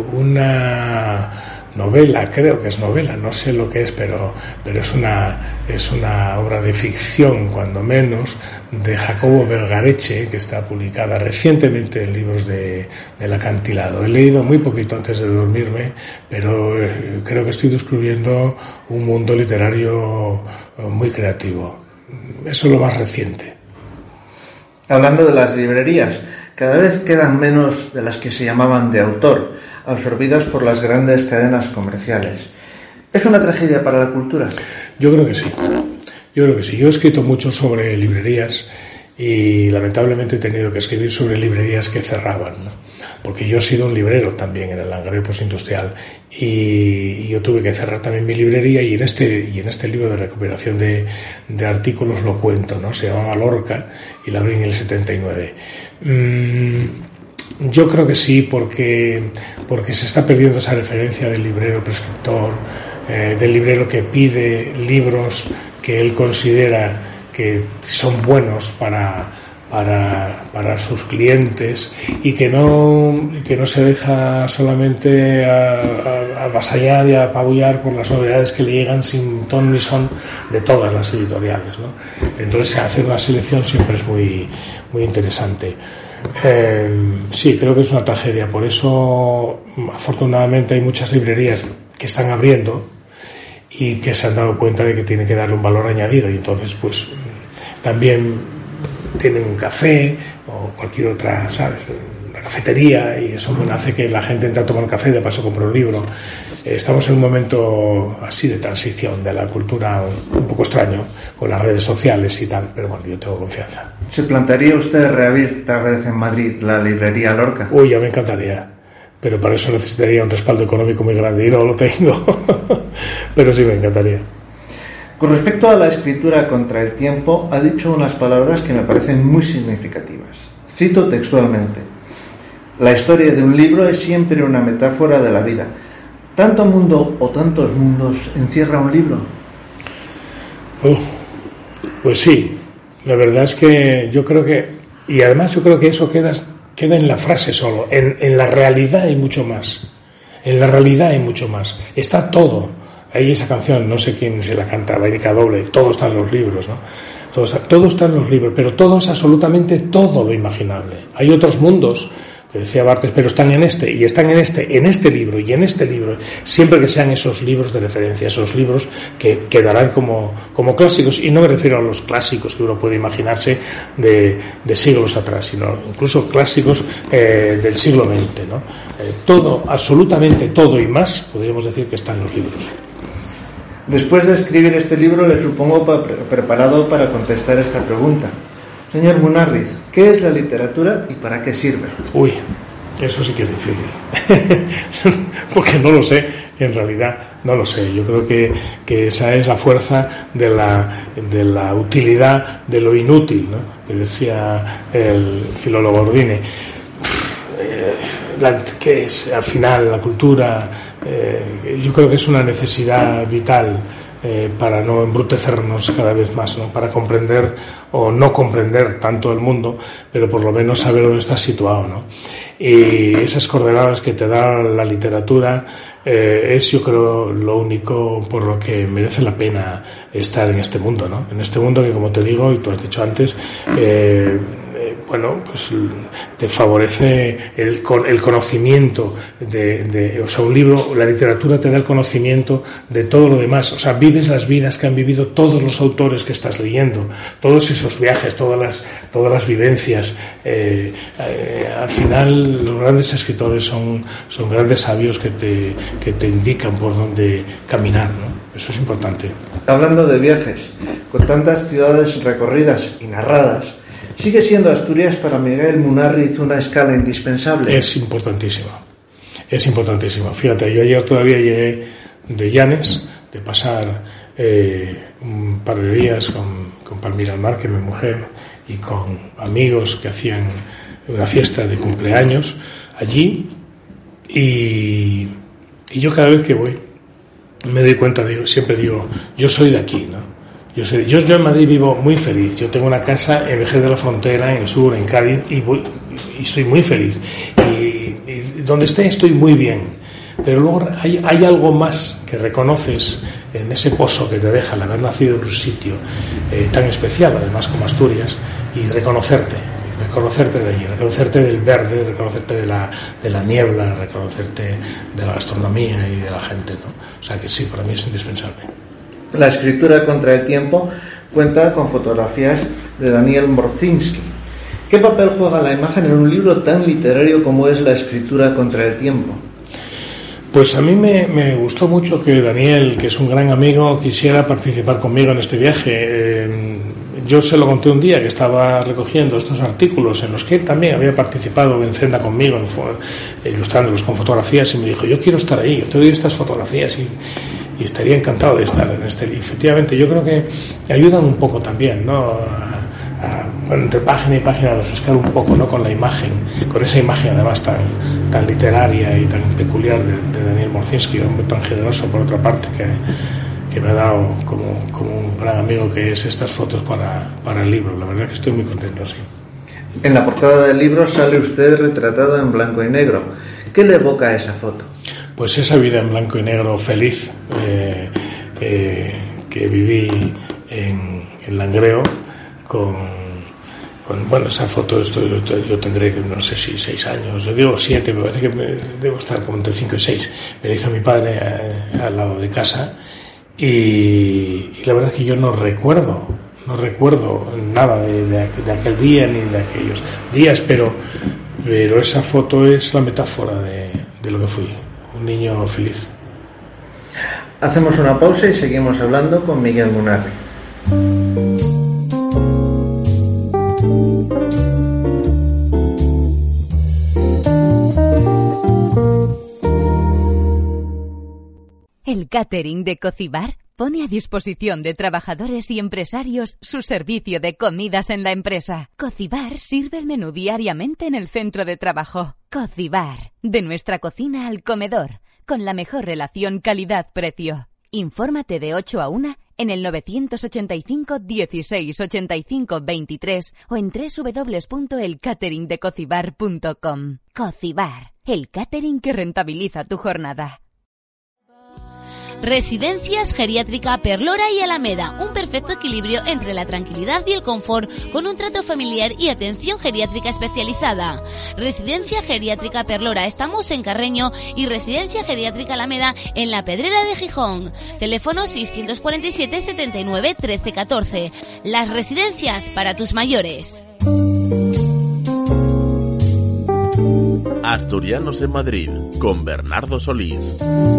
una novela, creo que es novela, no sé lo que es, pero es una obra de ficción, cuando menos, de Jacobo Vergareche, que está publicada recientemente en Libros del Acantilado. He leído muy poquito antes de dormirme, pero creo que estoy descubriendo un mundo literario muy creativo. Eso es lo más reciente.
Hablando de las librerías, cada vez quedan menos de las que se llamaban de autor, absorbidas por las grandes cadenas comerciales. ¿Es una tragedia para la cultura?
Yo creo que sí. Yo he escrito mucho sobre librerías y lamentablemente he tenido que escribir sobre librerías que cerraban, ¿no? Porque yo he sido un librero también en el Langreo Postindustrial y yo tuve que cerrar también mi librería, y en este libro de recuperación de artículos lo cuento, ¿no? Se llamaba Lorca y la abrí en el 79. Yo creo que sí, porque se está perdiendo esa referencia del librero prescriptor, del librero que pide libros que él considera que son buenos para sus clientes y que no se deja solamente avasallar y apabullar por las novedades que le llegan sin ton ni son de todas las editoriales, ¿no? Entonces hacer una selección siempre es muy, muy interesante. Sí, creo que es una tragedia. Por eso, afortunadamente, hay muchas librerías que están abriendo y que se han dado cuenta de que tienen que darle un valor añadido, y entonces pues también tienen un café o cualquier otra, ¿sabes?, una cafetería, y eso hace que la gente entre a tomar café y de paso compre un libro. Estamos en un momento así de transición de la cultura un poco extraño con las redes sociales y tal, pero bueno, yo tengo confianza.
¿Se plantearía usted reabrir tal vez en Madrid la librería Lorca?
Uy, ya me encantaría, pero para eso necesitaría un respaldo económico muy grande y no lo tengo. Pero sí me encantaría.
Con respecto a la escritura contra el tiempo, ha dicho unas palabras que me parecen muy significativas. Cito textualmente: la historia de un libro es siempre una metáfora de la vida. ¿Tanto mundo o tantos mundos encierra un libro?
Pues sí, la verdad es que yo creo que, y además yo creo que eso queda en la frase solo. En la realidad hay mucho más. En la realidad hay mucho más. Está todo. Hay esa canción, no sé quién se la canta, América Doble, todo está en los libros, ¿no? Todo está en los libros, pero todo es absolutamente todo lo imaginable. Hay otros mundos, que decía Barthes, pero están en este, y están en este libro, y en este libro, siempre que sean esos libros de referencia, esos libros que quedarán como clásicos, y no me refiero a los clásicos que uno puede imaginarse de siglos atrás, sino incluso clásicos del siglo XX, ¿no? Todo, absolutamente todo y más, podríamos decir que está en los libros.
Después de escribir este libro, le supongo preparado para contestar esta pregunta. Señor Munarriz, ¿qué es la literatura y para qué sirve?
Uy, eso sí que es difícil. Porque no lo sé, en realidad no lo sé. Yo creo que esa es la fuerza de la utilidad de lo inútil, ¿no?, que decía el filólogo Ordine. Que es al final la cultura, yo creo que es una necesidad vital para no embrutecernos cada vez más, ¿no?, para comprender o no comprender tanto el mundo, pero por lo menos saber dónde estás situado, ¿no? Y esas coordenadas que te da la literatura es, yo creo, lo único por lo que merece la pena estar en este mundo, ¿no? En este mundo que, como te digo y tú has dicho antes, bueno, pues te favorece el conocimiento o sea, un libro, la literatura te da el conocimiento de todo lo demás, o sea, vives las vidas que han vivido todos los autores que estás leyendo, todos esos viajes, todas las vivencias. Al final, los grandes escritores son grandes sabios que te indican por dónde caminar, ¿no? Eso es importante.
Hablando de viajes, con tantas ciudades recorridas y narradas, ¿sigue siendo Asturias para Miguel Munarriz una escala indispensable?
Es importantísimo. Fíjate, yo ayer todavía llegué de Llanes, de pasar un par de días con Palmira Almar, que es mi mujer, y con amigos que hacían una fiesta de cumpleaños allí, y yo cada vez que voy me doy cuenta, siempre digo, yo soy de aquí, ¿no? Yo en Madrid vivo muy feliz. Yo tengo una casa en Vejer de la Frontera, en el sur, en Cádiz, y estoy muy feliz. Y donde esté estoy muy bien. Pero luego hay algo más que reconoces en ese pozo que te deja el haber nacido en un sitio tan especial, además como Asturias, y reconocerte de allí, reconocerte del verde, reconocerte de la niebla, reconocerte de la gastronomía y de la gente, ¿no? O sea que sí, para mí es indispensable.
La escritura contra el tiempo cuenta con fotografías de Daniel Mrozynski. ¿Qué papel juega la imagen en un libro tan literario como es La escritura contra el tiempo?
Pues a mí me gustó mucho que Daniel, que es un gran amigo, quisiera participar conmigo en este viaje. Yo se lo conté un día que estaba recogiendo estos artículos en los que él también había participado en Senda conmigo, ilustrándolos con fotografías, y me dijo, yo quiero estar ahí, yo te doy estas fotografías y estaría encantado de estar en este. Y efectivamente, yo creo que ayudan un poco también, ¿no?, entre página y página refrescar un poco, ¿no?, con la imagen, con esa imagen además tan literaria y tan peculiar de Daniel Morszynski, un hombre tan generoso por otra parte que me ha dado como un gran amigo que es, estas fotos para el libro. La verdad es que estoy muy contento, sí.
En la portada del libro sale usted retratado en blanco y negro. ¿Qué le evoca esa foto?
Pues esa vida en blanco y negro feliz que viví en Langreo bueno, esa foto yo tendré, no sé si 6 años, yo digo 7, me parece que debo estar como entre 5 y 6. Me la hizo mi padre al lado de casa y la verdad es que yo no recuerdo nada de aquel día ni de aquellos días, pero esa foto es la metáfora de lo que fui, un niño feliz.
Hacemos una pausa y seguimos hablando con Miguel Munarri.
El catering de Cocibar pone a disposición de trabajadores y empresarios su servicio de comidas en la empresa. Cocibar sirve el menú diariamente en el centro de trabajo. Cocibar, de nuestra cocina al comedor, con la mejor relación calidad-precio. Infórmate de 8 a 1 en el 985 16 85 23 o en www.elcateringdecocibar.com. Cocibar, el catering que rentabiliza tu jornada.
Residencias Geriátrica Perlora y Alameda, un perfecto equilibrio entre la tranquilidad y el confort con un trato familiar y atención geriátrica especializada. Residencia Geriátrica Perlora, estamos en Carreño, y Residencia Geriátrica Alameda en La Pedrera de Gijón. Teléfono 647 79 13 14. Las residencias para tus mayores.
Asturianos en Madrid, con Bernardo Solís.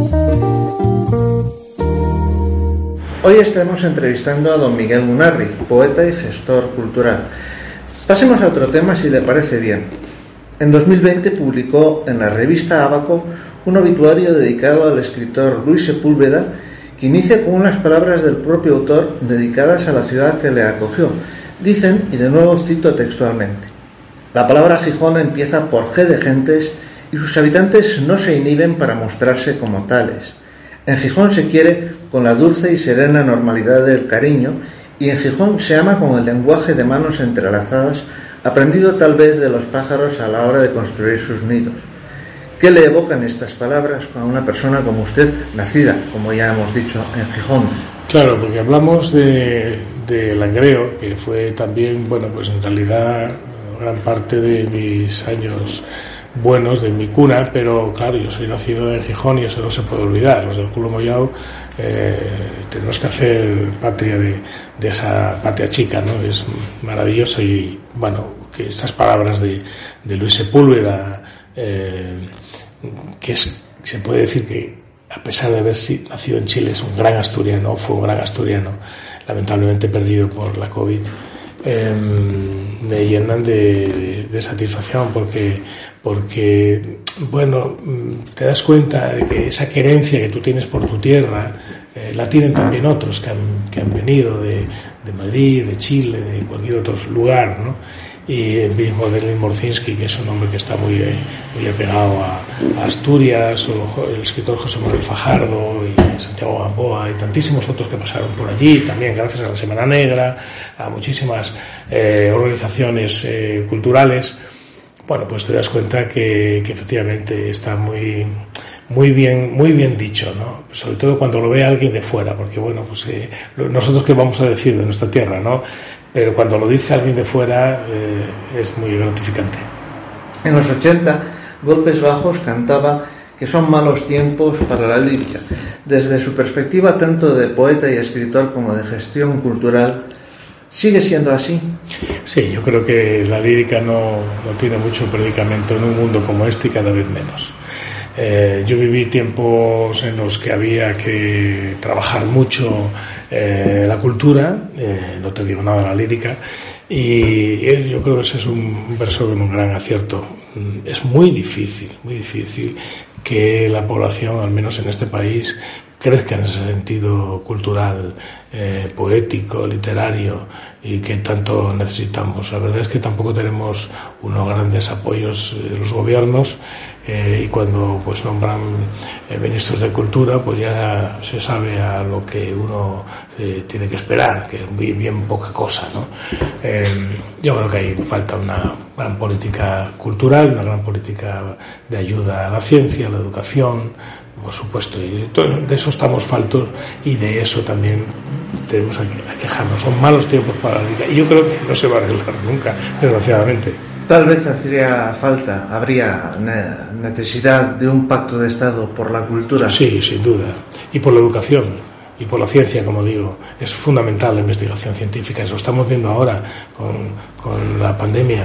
Hoy estamos entrevistando a don Miguel Munarri, poeta y gestor cultural. Pasemos a otro tema, si le parece bien. En 2020 publicó en la revista Ábaco un obituario dedicado al escritor Luis Sepúlveda, que inicia con unas palabras del propio autor dedicadas a la ciudad que le acogió. Dicen, y de nuevo cito textualmente: la palabra Gijón empieza por G de gentes y sus habitantes no se inhiben para mostrarse como tales. En Gijón se quiere con la dulce y serena normalidad del cariño, y en Gijón se ama con el lenguaje de manos entrelazadas, aprendido tal vez de los pájaros a la hora de construir sus nidos. ¿Qué le evocan estas palabras a una persona como usted, nacida, como ya hemos dicho, en Gijón?
Claro, porque hablamos de Langreo, que fue también, bueno, pues en realidad gran parte de mis años buenos, de mi cuna, pero claro, yo soy nacido en Gijón y eso no se puede olvidar. Los del culo mollao tenemos que hacer patria de esa patria chica, ¿no? Es maravilloso. Y bueno, que estas palabras de Luis Sepúlveda, se puede decir que a pesar de haber nacido en Chile es un gran asturiano, fue un gran asturiano, lamentablemente perdido por la COVID, me llenan de satisfacción porque bueno, te das cuenta de que esa querencia que tú tienes por tu tierra la tienen también otros que han venido de Madrid, de Chile, de cualquier otro lugar, ¿no? Y el mismo Daniel Morszynski, que es un hombre que está muy apegado a Asturias, o el escritor José Manuel Fajardo y Santiago Gamboa y tantísimos otros que pasaron por allí, también gracias a la Semana Negra, a muchísimas organizaciones culturales. Bueno, pues te das cuenta que efectivamente está muy bien dicho, ¿no? Sobre todo cuando lo ve alguien de fuera, porque bueno, pues nosotros qué vamos a decir de nuestra tierra, ¿no? Pero cuando lo dice alguien de fuera es muy gratificante.
En los 80, Golpes Bajos cantaba que son malos tiempos para la lírica. Desde su perspectiva tanto de poeta y escritor como de gestión cultural, ¿sigue siendo así?
Sí, yo creo que la lírica no tiene mucho predicamento en un mundo como este y cada vez menos. Yo viví tiempos en los que había que trabajar mucho la cultura, no te digo nada de la lírica, y yo creo que ese es un verso con un gran acierto. Es muy difícil que la población, al menos en este país, crezca en ese sentido cultural, poético, literario, y que tanto necesitamos. La verdad es que tampoco tenemos unos grandes apoyos de los gobiernos, y cuando pues nombran ministros de cultura, pues ya se sabe a lo que uno tiene que esperar, que es bien poca cosa, ¿no? Yo creo que ahí falta una gran política cultural, una gran política de ayuda a la ciencia, a la educación, por supuesto, y de eso estamos faltos, y de eso también tenemos que quejarnos. Son malos tiempos para la vida, y yo creo que no se va a arreglar nunca, desgraciadamente.
Tal vez habría necesidad de un pacto de Estado por la cultura.
Sí, sin duda. Y por la educación, y por la ciencia, como digo. Es fundamental la investigación científica. Eso estamos viendo ahora con la pandemia.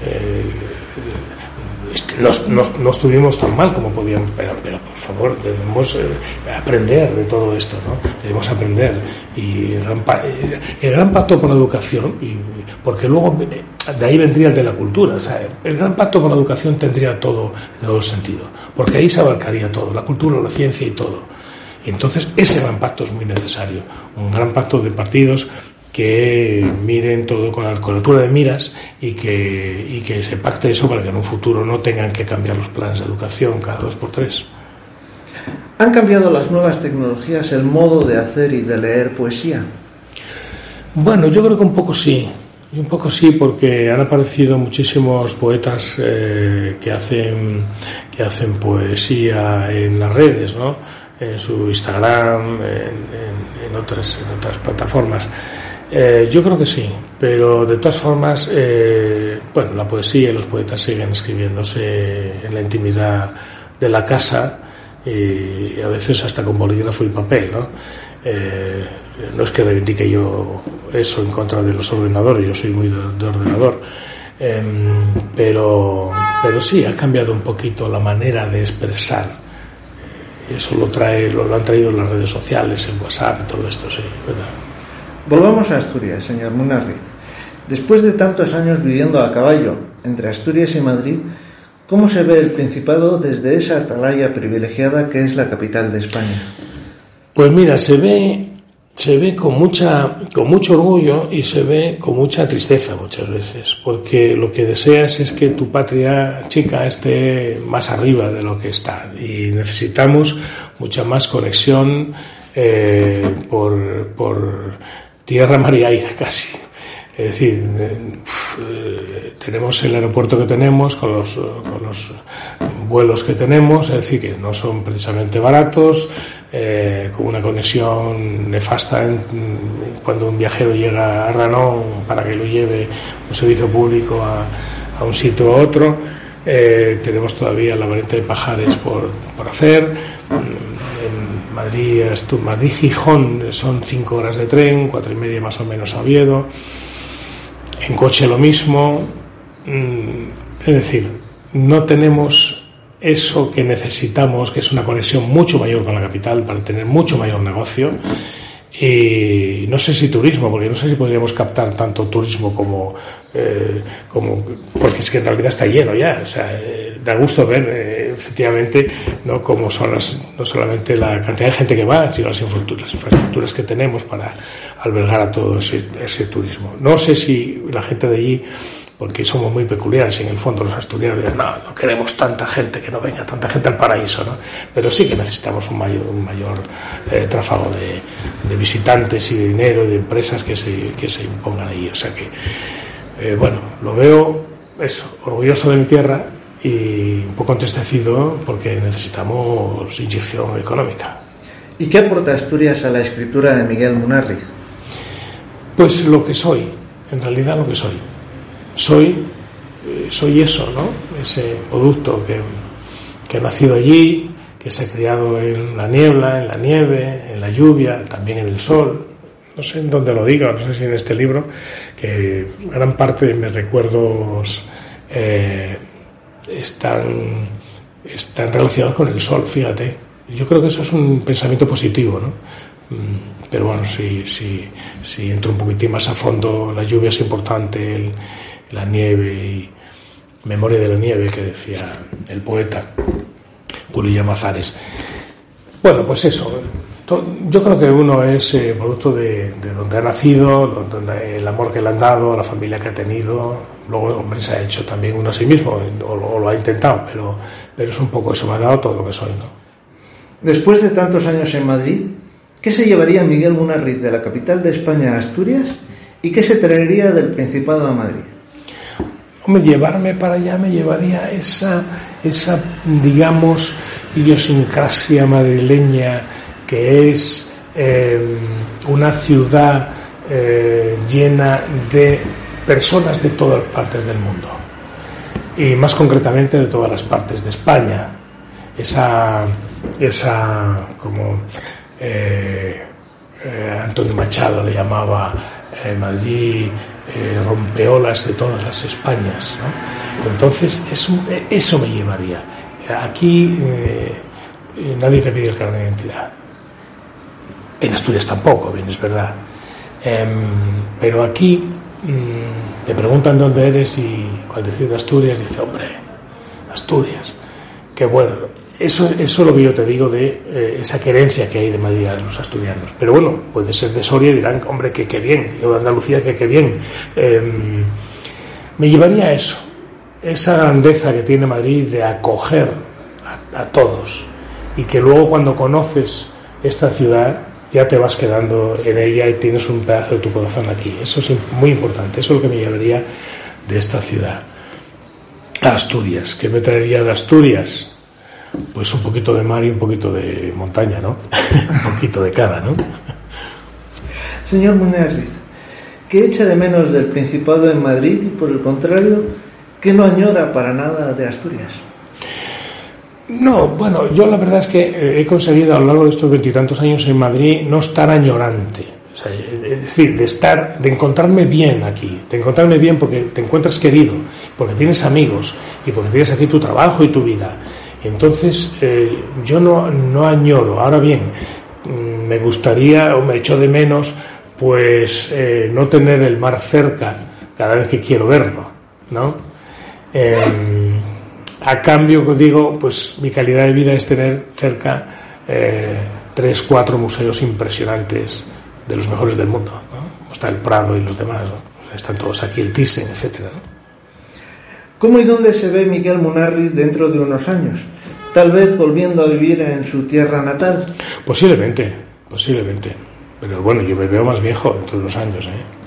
No estuvimos tan mal como podíamos, pero por favor, debemos aprender de todo esto, ¿no? Debemos aprender. Y el gran pacto por la educación, porque luego de ahí vendría el de la cultura. O sea, el gran pacto por la educación tendría todo el sentido, porque ahí se abarcaría todo, la cultura, la ciencia y todo. Y entonces ese gran pacto es muy necesario, un gran pacto de partidos que miren todo con la altura de miras, y que se pacte eso para que en un futuro no tengan que cambiar los planes de educación cada 2x3.
¿Han cambiado las nuevas tecnologías el modo de hacer y de leer poesía?
Bueno, yo creo que un poco sí, porque han aparecido muchísimos poetas que hacen poesía en las redes, ¿no? En su Instagram, en otras plataformas. Yo creo que sí, pero de todas formas, la poesía y los poetas siguen escribiéndose en la intimidad de la casa, y a veces hasta con bolígrafo y papel, ¿no? No es que reivindique yo eso en contra de los ordenadores, yo soy muy de ordenador, pero sí ha cambiado un poquito la manera de expresar. Eso lo han traído las redes sociales, el WhatsApp, todo esto, sí, ¿verdad?
Volvamos a Asturias, señor Munarriz. Después de tantos años viviendo a caballo entre Asturias y Madrid, ¿cómo se ve el Principado desde esa atalaya privilegiada que es la capital de España?
Pues mira, se ve con mucho orgullo, y se ve con mucha tristeza muchas veces, porque lo que deseas es que tu patria chica esté más arriba de lo que está, y necesitamos mucha más conexión por tierra, mar y aire casi. Es decir, tenemos el aeropuerto que tenemos, con los vuelos que tenemos, es decir, que no son precisamente baratos, con una conexión nefasta cuando un viajero llega a Ranón para que lo lleve un servicio público a un sitio u otro. Tenemos todavía la variante de Pajares por hacer. En Madrid-Gijón son 5 horas de tren, 4:30 más o menos a Oviedo. En coche lo mismo. Es decir, no tenemos eso que necesitamos, que es una conexión mucho mayor con la capital para tener mucho mayor negocio. Y no sé si turismo, porque no sé si podríamos captar tanto turismo como porque es que en realidad está lleno ya. O sea, da gusto ver efectivamente no cómo son no solamente la cantidad de gente que va, sino las infraestructuras que tenemos para albergar a todo ese turismo. No sé si la gente de allí, porque somos muy peculiares en el fondo los asturianos, no queremos tanta gente, que no venga tanta gente al paraíso, ¿no? Pero sí que necesitamos un mayor tráfago de visitantes y de dinero y de empresas que se impongan ahí. O sea que lo veo orgulloso de mi tierra y un poco entristecido porque necesitamos inyección económica.
¿Y qué aporta Asturias a la escritura de Miguel Munarriz?
Pues lo que soy, en realidad lo que soy. Soy eso, ¿no? Ese producto que ha nacido allí, que se ha criado en la niebla, en la nieve, en la lluvia, también en el sol. No sé en dónde lo digo, no sé si en este libro, que gran parte de mis recuerdos están relacionados con el sol, fíjate. Yo creo que eso es un pensamiento positivo, ¿no? Pero bueno, si entro un poquitín más a fondo, la lluvia es importante, la nieve y Memoria de la nieve, que decía el poeta Julio Llamazares. Bueno, pues eso, Yo creo que uno es producto de donde ha nacido, el amor que le han dado, la familia que ha tenido. Luego, hombre, se ha hecho también uno a sí mismo, o lo ha intentado, pero es un poco eso, me ha dado todo lo que soy, ¿no?
Después de tantos años en Madrid, ¿qué se llevaría Miguel Munarriz de la capital de España a Asturias y qué se traería del Principado a Madrid?
Hombre, llevarme para allá me llevaría esa digamos, idiosincrasia madrileña, que es una ciudad llena de personas de todas partes del mundo, y más concretamente de todas las partes de España. Esa como Antonio Machado le llamaba Madrid, rompeolas de todas las Españas, ¿no? Entonces eso me llevaría. Aquí nadie te pide el carnet de identidad. En Asturias tampoco, bien, es verdad. Pero aquí te preguntan dónde eres y cuando decides Asturias, dice, hombre, Asturias, qué bueno. Eso es lo que yo te digo de esa querencia que hay de Madrid a los asturianos. Pero bueno, puede ser de Soria y dirán, hombre, que qué bien, o de Andalucía, que qué bien. Me llevaría eso, esa grandeza que tiene Madrid de acoger a todos, y que luego cuando conoces esta ciudad ya te vas quedando en ella y tienes un pedazo de tu corazón aquí. Eso es muy importante, eso es lo que me llevaría de esta ciudad a Asturias. ¿Qué me traería de Asturias? Pues un poquito de mar y un poquito de montaña, ¿no? Un poquito de cada, ¿no?
Señor Munarriz, ¿qué echa de menos del Principado en Madrid y, por el contrario, qué no añora para nada de Asturias?
No, bueno, yo la verdad es que he conseguido a lo largo de estos 20 y tantos años en Madrid no estar añorante. O sea, es decir, de encontrarme bien aquí, de encontrarme bien porque te encuentras querido, porque tienes amigos y porque tienes aquí tu trabajo y tu vida. Entonces, yo no añoro. Ahora bien, me gustaría, o me echo de menos, pues no tener el mar cerca cada vez que quiero verlo, ¿no? A cambio, digo, pues mi calidad de vida es tener cerca 3-4 museos impresionantes de los mejores del mundo, ¿no? Como está el Prado y los demás, ¿no? O sea, están todos aquí, el Thyssen, etcétera, ¿no?
¿Cómo y dónde se ve Miguel Munarriz dentro de unos años? ¿Tal vez volviendo a vivir en su tierra natal?
Posiblemente. Pero bueno, yo me veo más viejo dentro de unos años,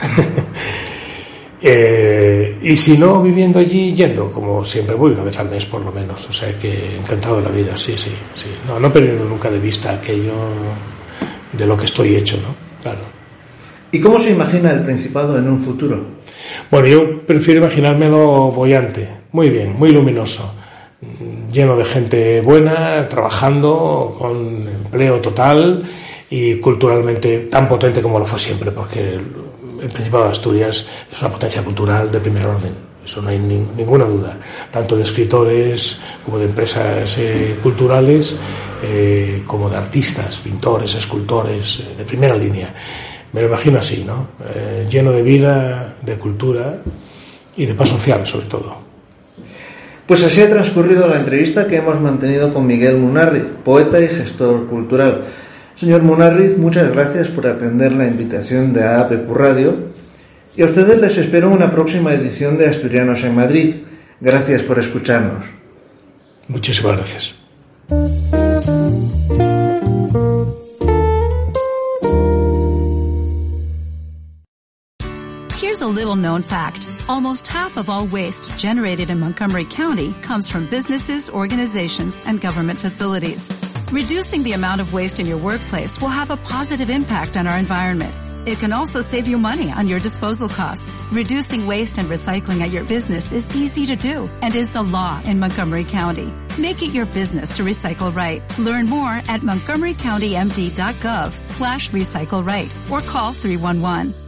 y si no, viviendo allí, yendo, como siempre voy, una vez al mes por lo menos. O sea que encantado de la vida, sí. No perdiendo nunca de vista aquello de lo que estoy hecho, ¿no? Claro.
¿Y cómo se imagina el Principado en un futuro?
Bueno, yo prefiero imaginármelo boyante, muy bien, muy luminoso, lleno de gente buena, trabajando, con empleo total y culturalmente tan potente como lo fue siempre, porque el Principado de Asturias es una potencia cultural de primer orden, eso no hay ninguna duda, tanto de escritores como de empresas culturales, como de artistas, pintores, escultores, de primera línea. Me lo imagino así, ¿no? Lleno de vida, de cultura y de paz social, sobre todo.
Pues así ha transcurrido la entrevista que hemos mantenido con Miguel Munarriz, poeta y gestor cultural. Señor Munarriz, muchas gracias por atender la invitación de APQ Radio, y a ustedes les espero una próxima edición de Asturianos en Madrid. Gracias por escucharnos.
Muchísimas gracias.
Here's a little known fact. Almost half of all waste generated in Montgomery County comes from businesses, organizations, and government facilities. Reducing the amount of waste in your workplace will have a positive impact on our environment. It can also save you money on your disposal costs. Reducing waste and recycling at your business is easy to do and is the law in Montgomery County. Make it your business to recycle right. Learn more at montgomerycountymd.gov/recycle right or call 311.